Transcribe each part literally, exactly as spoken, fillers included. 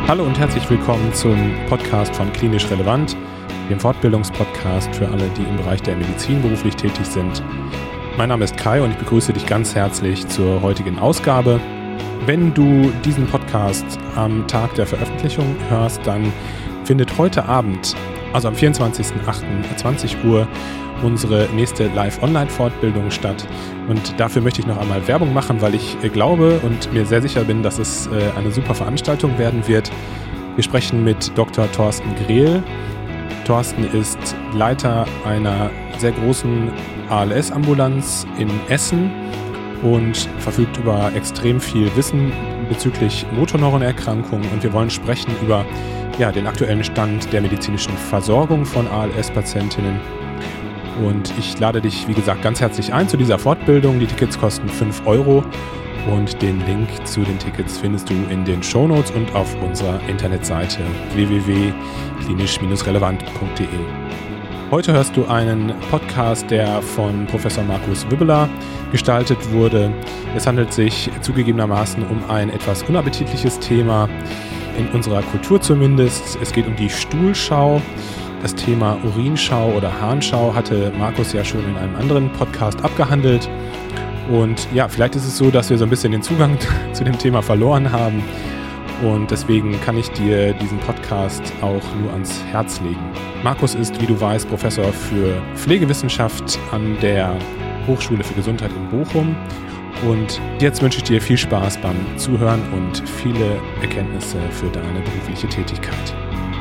Hallo und herzlich willkommen zum Podcast von Klinisch Relevant, dem Fortbildungspodcast für alle, die im Bereich der Medizin beruflich tätig sind. Mein Name ist Kai und ich begrüße dich ganz herzlich zur heutigen Ausgabe. Wenn du diesen Podcast am Tag der Veröffentlichung hörst, dann findet heute Abend, also am vierundzwanzigsten achten zwanzig Uhr, unsere nächste Live-Online-Fortbildung statt. Und dafür möchte ich noch einmal Werbung machen, weil ich glaube und mir sehr sicher bin, dass es eine super Veranstaltung werden wird. Wir sprechen mit Doktor Thorsten Grehl. Thorsten ist Leiter einer sehr großen A L S-Ambulanz in Essen und verfügt über extrem viel Wissen bezüglich Motorneuronerkrankungen. Und wir wollen sprechen über ja, den aktuellen Stand der medizinischen Versorgung von A L S-Patientinnen. Und ich lade dich, wie gesagt, ganz herzlich ein zu dieser Fortbildung. Die Tickets kosten fünf Euro und den Link zu den Tickets findest du in den Shownotes und auf unserer Internetseite w w w punkt klinisch relevant punkt d e. Heute hörst du einen Podcast, der von Professor Markus Wibbeler gestaltet wurde. Es handelt sich zugegebenermaßen um ein etwas unappetitliches Thema, in unserer Kultur zumindest. Es geht um die Stuhlschau. Das Thema Urinschau oder Harnschau hatte Markus ja schon in einem anderen Podcast abgehandelt. Und ja, vielleicht ist es so, dass wir so ein bisschen den Zugang zu dem Thema verloren haben. Und deswegen kann ich dir diesen Podcast auch nur ans Herz legen. Markus ist, wie du weißt, Professor für Pflegewissenschaft an der Hochschule für Gesundheit in Bochum. Und jetzt wünsche ich dir viel Spaß beim Zuhören und viele Erkenntnisse für deine berufliche Tätigkeit.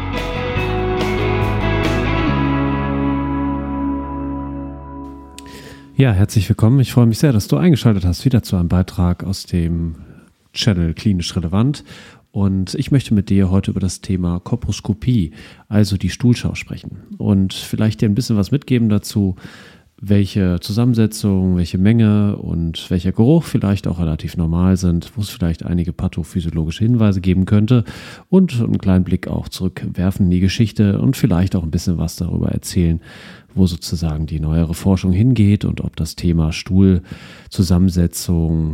Ja, herzlich willkommen. Ich freue mich sehr, dass du eingeschaltet hast, wieder zu einem Beitrag aus dem Channel Klinisch Relevant. Und ich möchte mit dir heute über das Thema Koproskopie, also die Stuhlschau, sprechen. Und vielleicht dir ein bisschen was mitgeben dazu, welche Zusammensetzung, welche Menge und welcher Geruch vielleicht auch relativ normal sind, wo es vielleicht einige pathophysiologische Hinweise geben könnte und einen kleinen Blick auch zurückwerfen in die Geschichte und vielleicht auch ein bisschen was darüber erzählen, wo sozusagen die neuere Forschung hingeht und ob das Thema Stuhlzusammensetzung,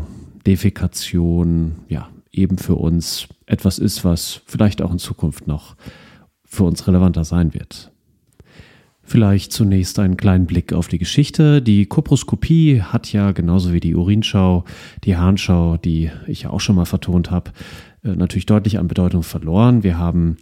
Defekation, ja, eben für uns etwas ist, was vielleicht auch in Zukunft noch für uns relevanter sein wird. Vielleicht zunächst einen kleinen Blick auf die Geschichte. Die Koproskopie hat ja genauso wie die Urinschau, die Harnschau, die ich ja auch schon mal vertont habe, natürlich deutlich an Bedeutung verloren. Wir haben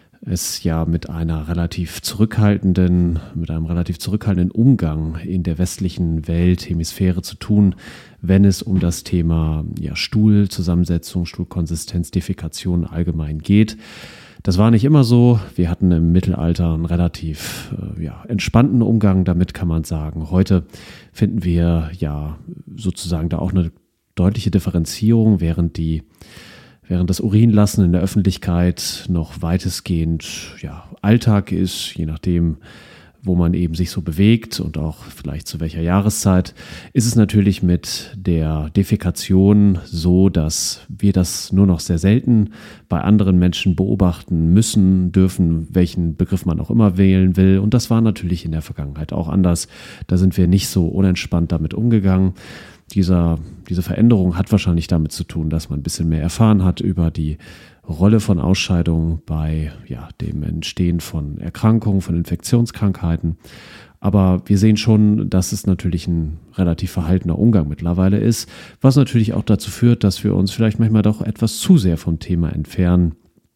es ja mit einer relativ zurückhaltenden, mit einem relativ zurückhaltenden Umgang in der westlichen Welt, Hemisphäre zu tun, wenn es um das Thema ja, Stuhlzusammensetzung, Stuhlkonsistenz, Defekation allgemein geht. Das war nicht immer so. Wir hatten im Mittelalter einen relativ äh, ja, entspannten Umgang damit, kann man sagen. Heute finden wir ja sozusagen da auch eine deutliche Differenzierung, während die Während das Urinlassen in der Öffentlichkeit noch weitestgehend ja, Alltag ist, je nachdem, wo man eben sich so bewegt und auch vielleicht zu welcher Jahreszeit, ist es natürlich mit der Defekation so, dass wir das nur noch sehr selten bei anderen Menschen beobachten müssen, dürfen, welchen Begriff man auch immer wählen will. Und das war natürlich in der Vergangenheit auch anders. Da sind wir nicht so unentspannt damit umgegangen. Dieser, diese Veränderung hat wahrscheinlich damit zu tun, dass man ein bisschen mehr erfahren hat über die Rolle von Ausscheidungen bei ja, dem Entstehen von Erkrankungen, von Infektionskrankheiten. Aber wir sehen schon, dass es natürlich ein relativ verhaltener Umgang mittlerweile ist, was natürlich auch dazu führt, dass wir uns vielleicht manchmal doch etwas zu sehr vom Thema entfernen.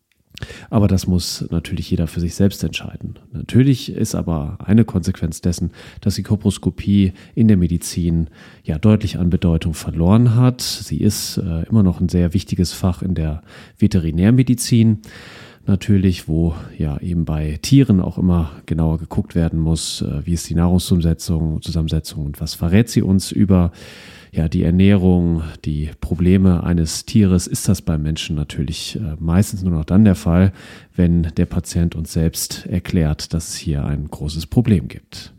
Aber das muss natürlich jeder für sich selbst entscheiden. Natürlich ist aber eine Konsequenz dessen, dass die Koproskopie in der Medizin ja deutlich an Bedeutung verloren hat. Sie ist äh, immer noch ein sehr wichtiges Fach in der Veterinärmedizin. Natürlich, wo ja eben bei Tieren auch immer genauer geguckt werden muss, äh, wie ist die Nahrungszusammensetzung Zusammensetzung und was verrät sie uns über ja, die Ernährung, die Probleme eines Tieres. Ist das beim Menschen natürlich äh, meistens nur noch dann der Fall, wenn der Patient uns selbst erklärt, dass es hier ein großes Problem gibt.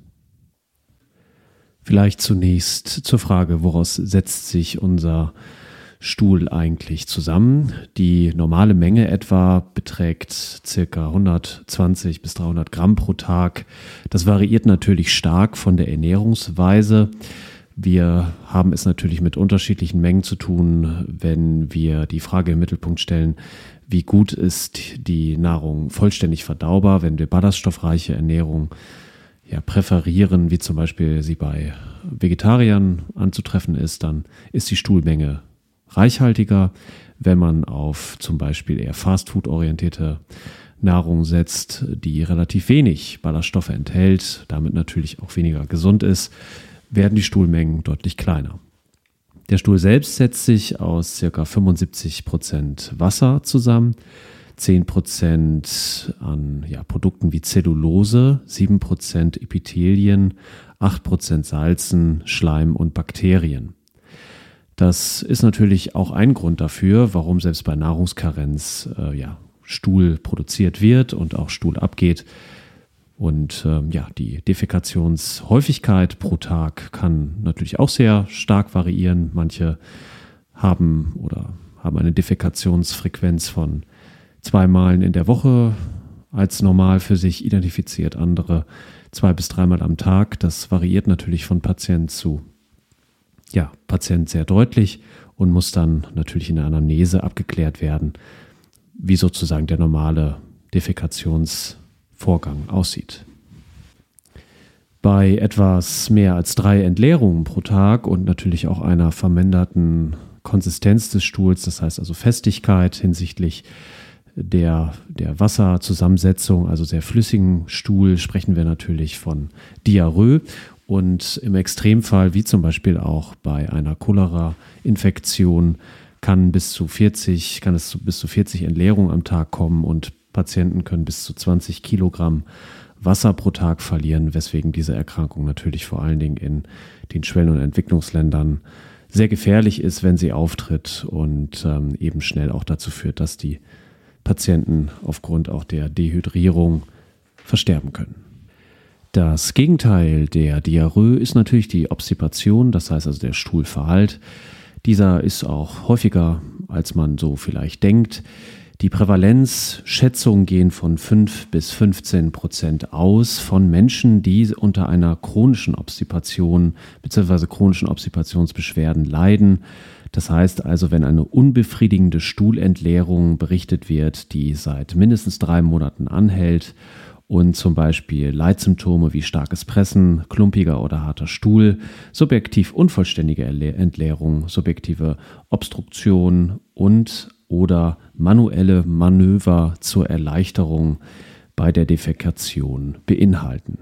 Vielleicht zunächst zur Frage, woraus setzt sich unser Stuhl eigentlich zusammen? Die normale Menge etwa beträgt ca. hundertzwanzig bis dreihundert Gramm pro Tag. Das variiert natürlich stark von der Ernährungsweise. Wir haben es natürlich mit unterschiedlichen Mengen zu tun, wenn wir die Frage im Mittelpunkt stellen, wie gut ist die Nahrung vollständig verdaubar, wenn wir ballaststoffreiche Ernährung ja, präferieren, wie zum Beispiel sie bei Vegetariern anzutreffen ist, dann ist die Stuhlmenge reichhaltiger. Wenn man auf zum Beispiel eher Fastfood-orientierte Nahrung setzt, die relativ wenig Ballaststoffe enthält, damit natürlich auch weniger gesund ist, werden die Stuhlmengen deutlich kleiner. Der Stuhl selbst setzt sich aus ca. fünfundsiebzig Prozent Wasser zusammen, zehn Prozent an ja, Produkten wie Zellulose, sieben Prozent Epithelien, acht Prozent Salzen, Schleim und Bakterien. Das ist natürlich auch ein Grund dafür, warum selbst bei Nahrungskarenz äh, ja, Stuhl produziert wird und auch Stuhl abgeht. Und ähm, ja, die Defekationshäufigkeit pro Tag kann natürlich auch sehr stark variieren. Manche haben oder haben eine Defekationsfrequenz von zwei Malen in der Woche als normal für sich identifiziert, andere zwei bis dreimal am Tag. Das variiert natürlich von Patient zu ja, Patient sehr deutlich und muss dann natürlich in der Anamnese abgeklärt werden, wie sozusagen der normale Defekationsvorgang aussieht. Bei etwas mehr als drei Entleerungen pro Tag und natürlich auch einer verminderten Konsistenz des Stuhls, das heißt also Festigkeit hinsichtlich der, der Wasserzusammensetzung, also sehr flüssigen Stuhl, sprechen wir natürlich von Diarrhoe. Und im Extremfall, wie zum Beispiel auch bei einer Cholera-Infektion, kann bis zu vierzig, kann es zu bis zu vierzig Entleerungen am Tag kommen und Patienten können bis zu zwanzig Kilogramm Wasser pro Tag verlieren, weswegen diese Erkrankung natürlich vor allen Dingen in den Schwellen- und Entwicklungsländern sehr gefährlich ist, wenn sie auftritt und ähm, eben schnell auch dazu führt, dass die Patienten aufgrund auch der Dehydrierung versterben können. Das Gegenteil der Diarrhoe ist natürlich die Obstipation, das heißt also der Stuhlverhalt. Dieser ist auch häufiger, als man so vielleicht denkt. Die Prävalenzschätzungen gehen von fünf bis fünfzehn Prozent aus von Menschen, die unter einer chronischen Obstipation bzw. chronischen Obstipationsbeschwerden leiden. Das heißt also, wenn eine unbefriedigende Stuhlentleerung berichtet wird, die seit mindestens drei Monaten anhält und zum Beispiel Leitsymptome wie starkes Pressen, klumpiger oder harter Stuhl, subjektiv unvollständige Entleerung, subjektive Obstruktion und oder manuelle Manöver zur Erleichterung bei der Defekation beinhalten.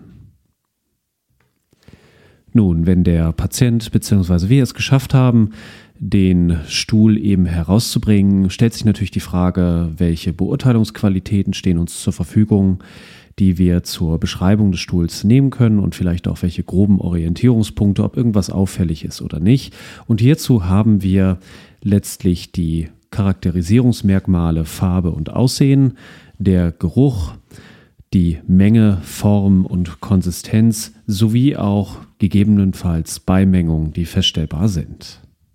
Nun, wenn der Patient bzw. wir es geschafft haben, den Stuhl eben herauszubringen, stellt sich natürlich die Frage, welche Beurteilungsqualitäten stehen uns zur Verfügung, die wir zur Beschreibung des Stuhls nehmen können und vielleicht auch welche groben Orientierungspunkte, ob irgendwas auffällig ist oder nicht. Und hierzu haben wir letztlich die Charakterisierungsmerkmale Farbe und Aussehen, der Geruch, die Menge, Form und Konsistenz sowie auch gegebenenfalls Beimengungen, die feststellbar sind.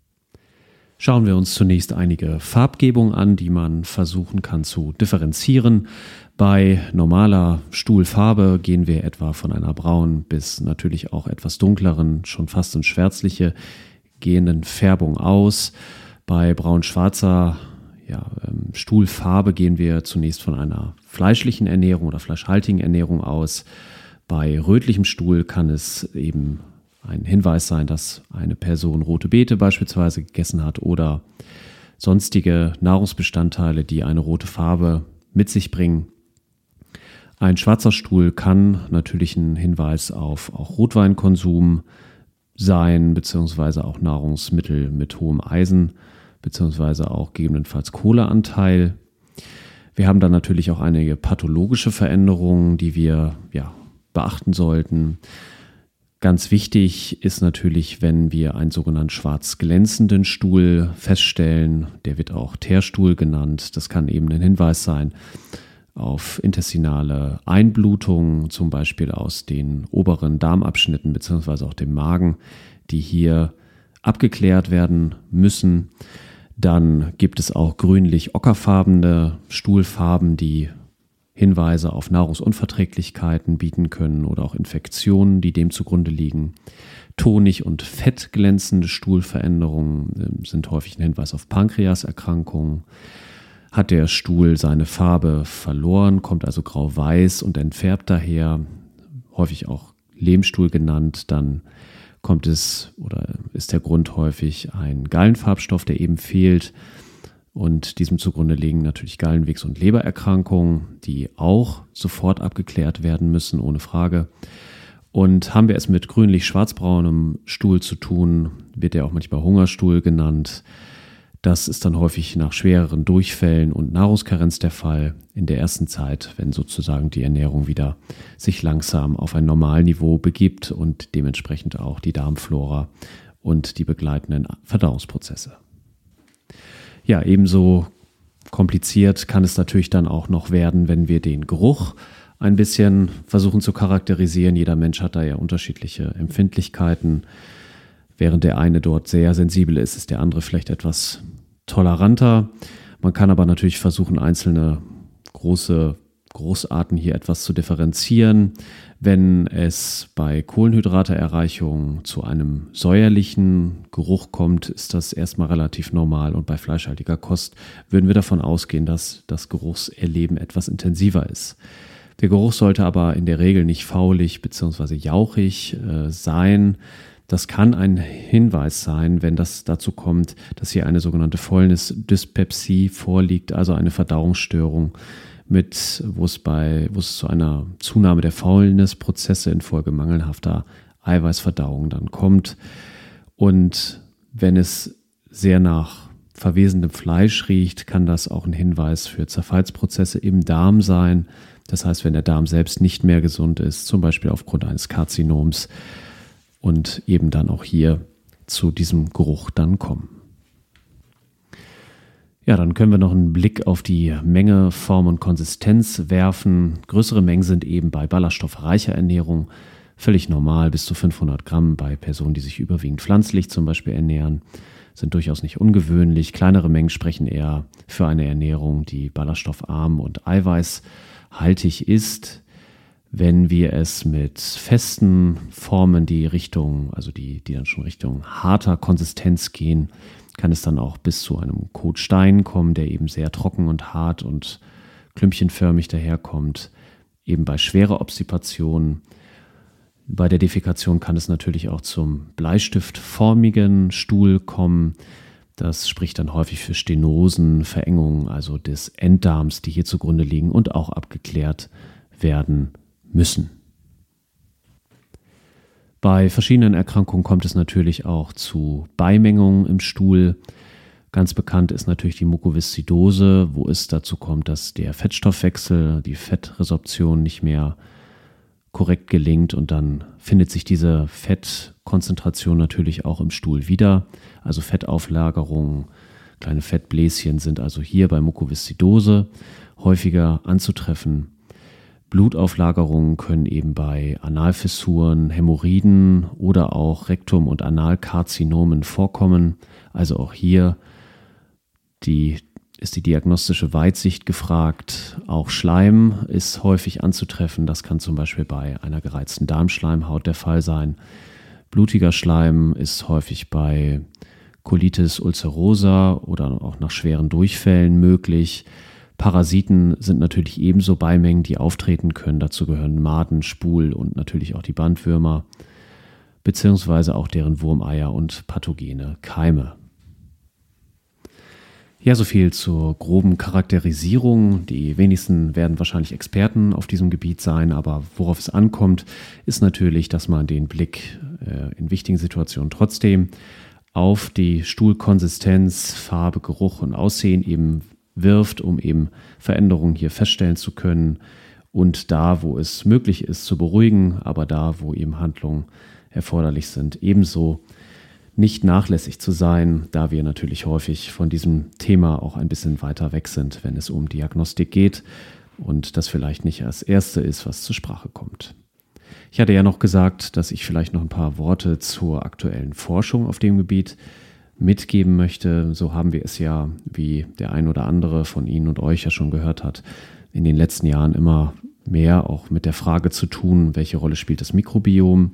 Schauen wir uns zunächst einige Farbgebungen an, die man versuchen kann zu differenzieren. Bei normaler Stuhlfarbe gehen wir etwa von einer braunen bis natürlich auch etwas dunkleren, schon fast ins Schwärzliche gehenden Färbung aus. Bei braun-schwarzer ja, ähm, Stuhlfarbe gehen wir zunächst von einer fleischlichen Ernährung oder fleischhaltigen Ernährung aus. Bei rötlichem Stuhl kann es eben ein Hinweis sein, dass eine Person rote Beete beispielsweise gegessen hat oder sonstige Nahrungsbestandteile, die eine rote Farbe mit sich bringen. Ein schwarzer Stuhl kann natürlich ein Hinweis auf auch Rotweinkonsum sein, beziehungsweise auch Nahrungsmittel mit hohem Eisen, beziehungsweise auch gegebenenfalls Kohleanteil. Wir haben dann natürlich auch einige pathologische Veränderungen, die wir ja, beachten sollten. Ganz wichtig ist natürlich, wenn wir einen sogenannten schwarz glänzenden Stuhl feststellen, der wird auch Teerstuhl genannt. Das kann eben ein Hinweis sein auf intestinale Einblutung, zum Beispiel aus den oberen Darmabschnitten bzw. auch dem Magen, die hier abgeklärt werden müssen. Dann gibt es auch grünlich-ockerfarbene Stuhlfarben, die Hinweise auf Nahrungsunverträglichkeiten bieten können oder auch Infektionen, die dem zugrunde liegen. Tonig und fettglänzende Stuhlveränderungen sind häufig ein Hinweis auf Pankreaserkrankungen. Hat der Stuhl seine Farbe verloren, kommt also grau-weiß und entfärbt daher, häufig auch Lehmstuhl genannt, dann kommt es oder ist der Grund häufig ein Gallenfarbstoff, der eben fehlt. Und diesem zugrunde liegen natürlich Gallenwegs- und Lebererkrankungen, die auch sofort abgeklärt werden müssen, ohne Frage. Und haben wir es mit grünlich-schwarzbraunem Stuhl zu tun, wird er auch manchmal Hungerstuhl genannt. Das ist dann häufig nach schwereren Durchfällen und Nahrungskarenz der Fall in der ersten Zeit, wenn sozusagen die Ernährung wieder sich langsam auf ein Normalniveau begibt und dementsprechend auch die Darmflora und die begleitenden Verdauungsprozesse. Ja, ebenso kompliziert kann es natürlich dann auch noch werden, wenn wir den Geruch ein bisschen versuchen zu charakterisieren. Jeder Mensch hat da ja unterschiedliche Empfindlichkeiten. Während der eine dort sehr sensibel ist, ist der andere vielleicht etwas toleranter. Man kann aber natürlich versuchen, einzelne große Geruchsarten hier etwas zu differenzieren. Wenn es bei Kohlenhydrateerreichung zu einem säuerlichen Geruch kommt, ist das erstmal relativ normal. Und bei fleischhaltiger Kost würden wir davon ausgehen, dass das Geruchserleben etwas intensiver ist. Der Geruch sollte aber in der Regel nicht faulig bzw. jauchig äh, sein. Das kann ein Hinweis sein, wenn das dazu kommt, dass hier eine sogenannte Fäulnisdyspepsie vorliegt, also eine Verdauungsstörung, mit, wo es bei, wo es zu einer Zunahme der Fäulnisprozesse infolge mangelhafter Eiweißverdauung dann kommt. Und wenn es sehr nach verwesendem Fleisch riecht, kann das auch ein Hinweis für Zerfallsprozesse im Darm sein. Das heißt, wenn der Darm selbst nicht mehr gesund ist, zum Beispiel aufgrund eines Karzinoms, und eben dann auch hier zu diesem Geruch dann kommen. Ja, dann können wir noch einen Blick auf die Menge, Form und Konsistenz werfen. Größere Mengen sind eben bei ballaststoffreicher Ernährung völlig normal. Bis zu fünfhundert Gramm bei Personen, die sich überwiegend pflanzlich zum Beispiel ernähren, sind durchaus nicht ungewöhnlich. Kleinere Mengen sprechen eher für eine Ernährung, die ballaststoffarm und eiweißhaltig ist. Wenn wir es mit festen Formen, die Richtung, also die, die dann schon Richtung harter Konsistenz gehen, kann es dann auch bis zu einem Kotstein kommen, der eben sehr trocken und hart und klümpchenförmig daherkommt. Eben bei schwerer Obstipation. Bei der Defekation kann es natürlich auch zum bleistiftformigen Stuhl kommen. Das spricht dann häufig für Stenosen, Verengungen, also des Enddarms, die hier zugrunde liegen und auch abgeklärt werden müssen. Bei verschiedenen Erkrankungen kommt es natürlich auch zu Beimengungen im Stuhl. Ganz bekannt ist natürlich die Mukoviszidose, wo es dazu kommt, dass der Fettstoffwechsel, die Fettresorption nicht mehr korrekt gelingt und dann findet sich diese Fettkonzentration natürlich auch im Stuhl wieder. Also Fettauflagerungen, kleine Fettbläschen sind also hier bei Mukoviszidose häufiger anzutreffen. Blutauflagerungen können eben bei Analfissuren, Hämorrhoiden oder auch Rektum- und Analkarzinomen vorkommen. Also auch hier die, ist die diagnostische Weitsicht gefragt. Auch Schleim ist häufig anzutreffen. Das kann zum Beispiel bei einer gereizten Darmschleimhaut der Fall sein. Blutiger Schleim ist häufig bei Colitis ulcerosa oder auch nach schweren Durchfällen möglich. Parasiten sind natürlich ebenso Beimengen, die auftreten können. Dazu gehören Maden, Spul und natürlich auch die Bandwürmer, beziehungsweise auch deren Wurmeier und pathogene Keime. Ja, so viel zur groben Charakterisierung. Die wenigsten werden wahrscheinlich Experten auf diesem Gebiet sein, aber worauf es ankommt, ist natürlich, dass man den Blick äh, in wichtigen Situationen trotzdem auf die Stuhlkonsistenz, Farbe, Geruch und Aussehen eben wirft, um eben Veränderungen hier feststellen zu können und da, wo es möglich ist, zu beruhigen, aber da, wo eben Handlungen erforderlich sind, ebenso nicht nachlässig zu sein, da wir natürlich häufig von diesem Thema auch ein bisschen weiter weg sind, wenn es um Diagnostik geht und das vielleicht nicht als Erste ist, was zur Sprache kommt. Ich hatte ja noch gesagt, dass ich vielleicht noch ein paar Worte zur aktuellen Forschung auf dem Gebiet mitgeben möchte. So haben wir es ja, wie der ein oder andere von Ihnen und euch ja schon gehört hat, in den letzten Jahren immer mehr auch mit der Frage zu tun, welche Rolle spielt das Mikrobiom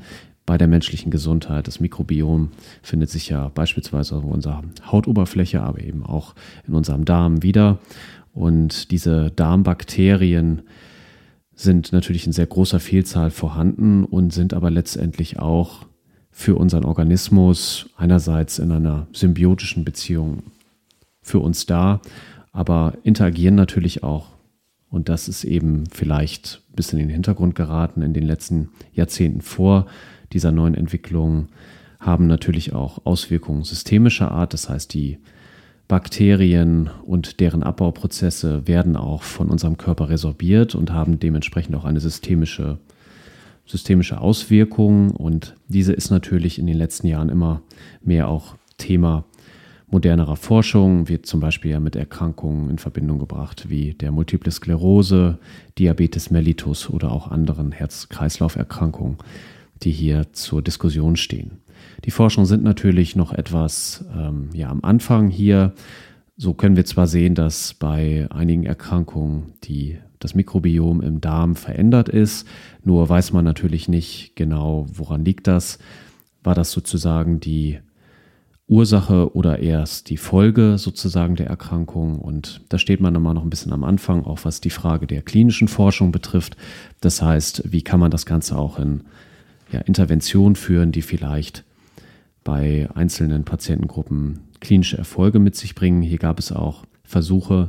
bei der menschlichen Gesundheit. Das Mikrobiom findet sich ja beispielsweise auf unserer Hautoberfläche, aber eben auch in unserem Darm wieder. Und diese Darmbakterien sind natürlich in sehr großer Vielzahl vorhanden und sind aber letztendlich auch für unseren Organismus einerseits in einer symbiotischen Beziehung für uns da, aber interagieren natürlich auch, und das ist eben vielleicht ein bisschen in den Hintergrund geraten in den letzten Jahrzehnten vor dieser neuen Entwicklung, haben natürlich auch Auswirkungen systemischer Art, das heißt die Bakterien und deren Abbauprozesse werden auch von unserem Körper resorbiert und haben dementsprechend auch eine systemische, systemische Auswirkung. Und diese ist natürlich in den letzten Jahren immer mehr auch Thema modernerer Forschung, wird zum Beispiel ja mit Erkrankungen in Verbindung gebracht wie der Multiple Sklerose, Diabetes mellitus oder auch anderen Herz-Kreislauf-Erkrankungen, die hier zur Diskussion stehen. Die Forschungen sind natürlich noch etwas ähm, ja, am Anfang hier. So können wir zwar sehen, dass bei einigen Erkrankungen die, das Mikrobiom im Darm verändert ist, nur weiß man natürlich nicht genau, woran liegt das. War das sozusagen die Ursache oder erst die Folge sozusagen der Erkrankung? Und da steht man immer noch ein bisschen am Anfang, auch was die Frage der klinischen Forschung betrifft. Das heißt, wie kann man das Ganze auch in ja, Intervention führen, die vielleicht bei einzelnen Patientengruppen klinische Erfolge mit sich bringen. Hier gab es auch Versuche,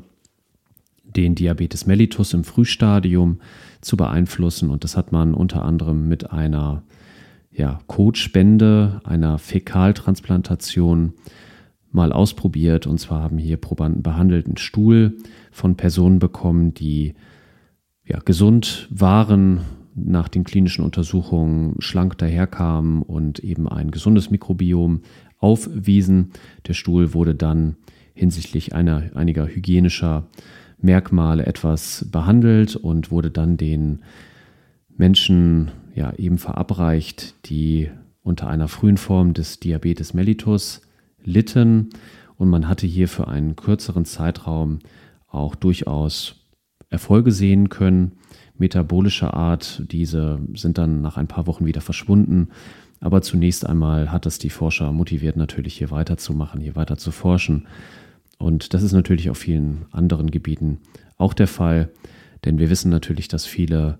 den Diabetes mellitus im Frühstadium zu beeinflussen, und das hat man unter anderem mit einer ja, Kotspende, einer Fäkaltransplantation mal ausprobiert. Und zwar haben hier Probanden behandelten Stuhl von Personen bekommen, die ja, gesund waren, nach den klinischen Untersuchungen schlank daherkamen und eben ein gesundes Mikrobiom aufwiesen. Der Stuhl wurde dann hinsichtlich einer, einiger hygienischer Merkmale etwas behandelt und wurde dann den Menschen ja, eben verabreicht, die unter einer frühen Form des Diabetes mellitus litten. Und man hatte hier für einen kürzeren Zeitraum auch durchaus Erfolge sehen können, metabolischer Art. Diese sind dann nach ein paar Wochen wieder verschwunden. Aber zunächst einmal hat es die Forscher motiviert, natürlich hier weiterzumachen, hier weiter zu forschen. Und das ist natürlich auf vielen anderen Gebieten auch der Fall, denn wir wissen natürlich, dass viele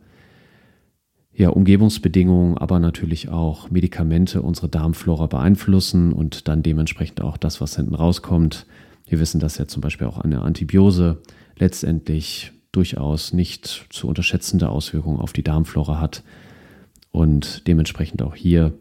ja, Umgebungsbedingungen, aber natürlich auch Medikamente unsere Darmflora beeinflussen und dann dementsprechend auch das, was hinten rauskommt. Wir wissen, dass ja zum Beispiel auch eine Antibiose letztendlich durchaus nicht zu unterschätzende Auswirkungen auf die Darmflora hat und dementsprechend auch hier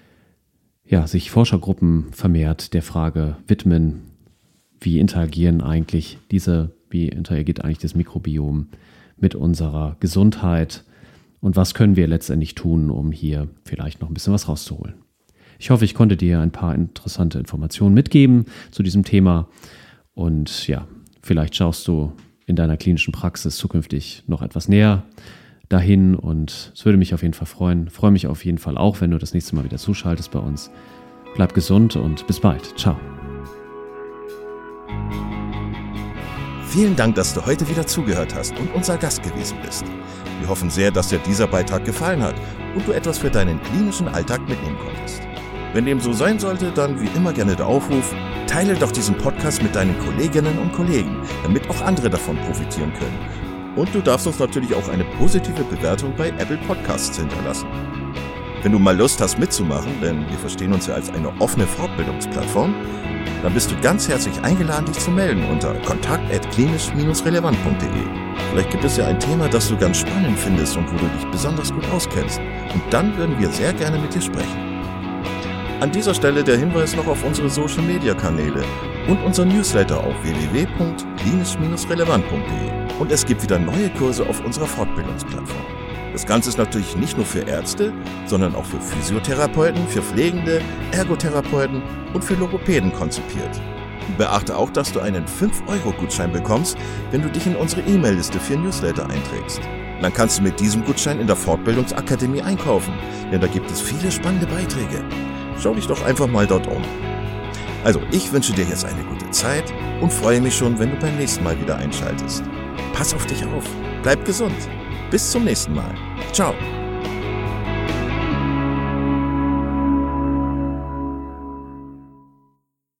ja, sich Forschergruppen vermehrt der Frage widmen, wie interagieren eigentlich diese, wie interagiert eigentlich das Mikrobiom mit unserer Gesundheit und was können wir letztendlich tun, um hier vielleicht noch ein bisschen was rauszuholen. Ich hoffe, ich konnte dir ein paar interessante Informationen mitgeben zu diesem Thema und ja, vielleicht schaust du in deiner klinischen Praxis zukünftig noch etwas näher dahin und es würde mich auf jeden Fall freuen. Ich freue mich auf jeden Fall auch, wenn du das nächste Mal wieder zuschaltest bei uns. Bleib gesund und bis bald. Ciao. Vielen Dank, dass du heute wieder zugehört hast und unser Gast gewesen bist. Wir hoffen sehr, dass dir dieser Beitrag gefallen hat und du etwas für deinen klinischen Alltag mitnehmen konntest. Wenn dem so sein sollte, dann wie immer gerne der Aufruf, teile doch diesen Podcast mit deinen Kolleginnen und Kollegen, damit auch andere davon profitieren können. Und du darfst uns natürlich auch eine positive Bewertung bei Apple Podcasts hinterlassen. Wenn du mal Lust hast mitzumachen, denn wir verstehen uns ja als eine offene Fortbildungsplattform, dann bist du ganz herzlich eingeladen, dich zu melden unter kontakt at klinisch relevant punkt de. Vielleicht gibt es ja ein Thema, das du ganz spannend findest und wo du dich besonders gut auskennst. Und dann würden wir sehr gerne mit dir sprechen. An dieser Stelle der Hinweis noch auf unsere Social-Media-Kanäle und unser Newsletter auf w w w punkt klinisch relevant punkt de. Und es gibt wieder neue Kurse auf unserer Fortbildungsplattform. Das Ganze ist natürlich nicht nur für Ärzte, sondern auch für Physiotherapeuten, für Pflegende, Ergotherapeuten und für Logopäden konzipiert. Beachte auch, dass du einen fünf Euro Gutschein bekommst, wenn du dich in unsere E-Mail-Liste für Newsletter einträgst. Dann kannst du mit diesem Gutschein in der Fortbildungsakademie einkaufen, denn da gibt es viele spannende Beiträge. Schau dich doch einfach mal dort um. Also, ich wünsche dir jetzt eine gute Zeit und freue mich schon, wenn du beim nächsten Mal wieder einschaltest. Pass auf dich auf, bleib gesund. Bis zum nächsten Mal. Ciao.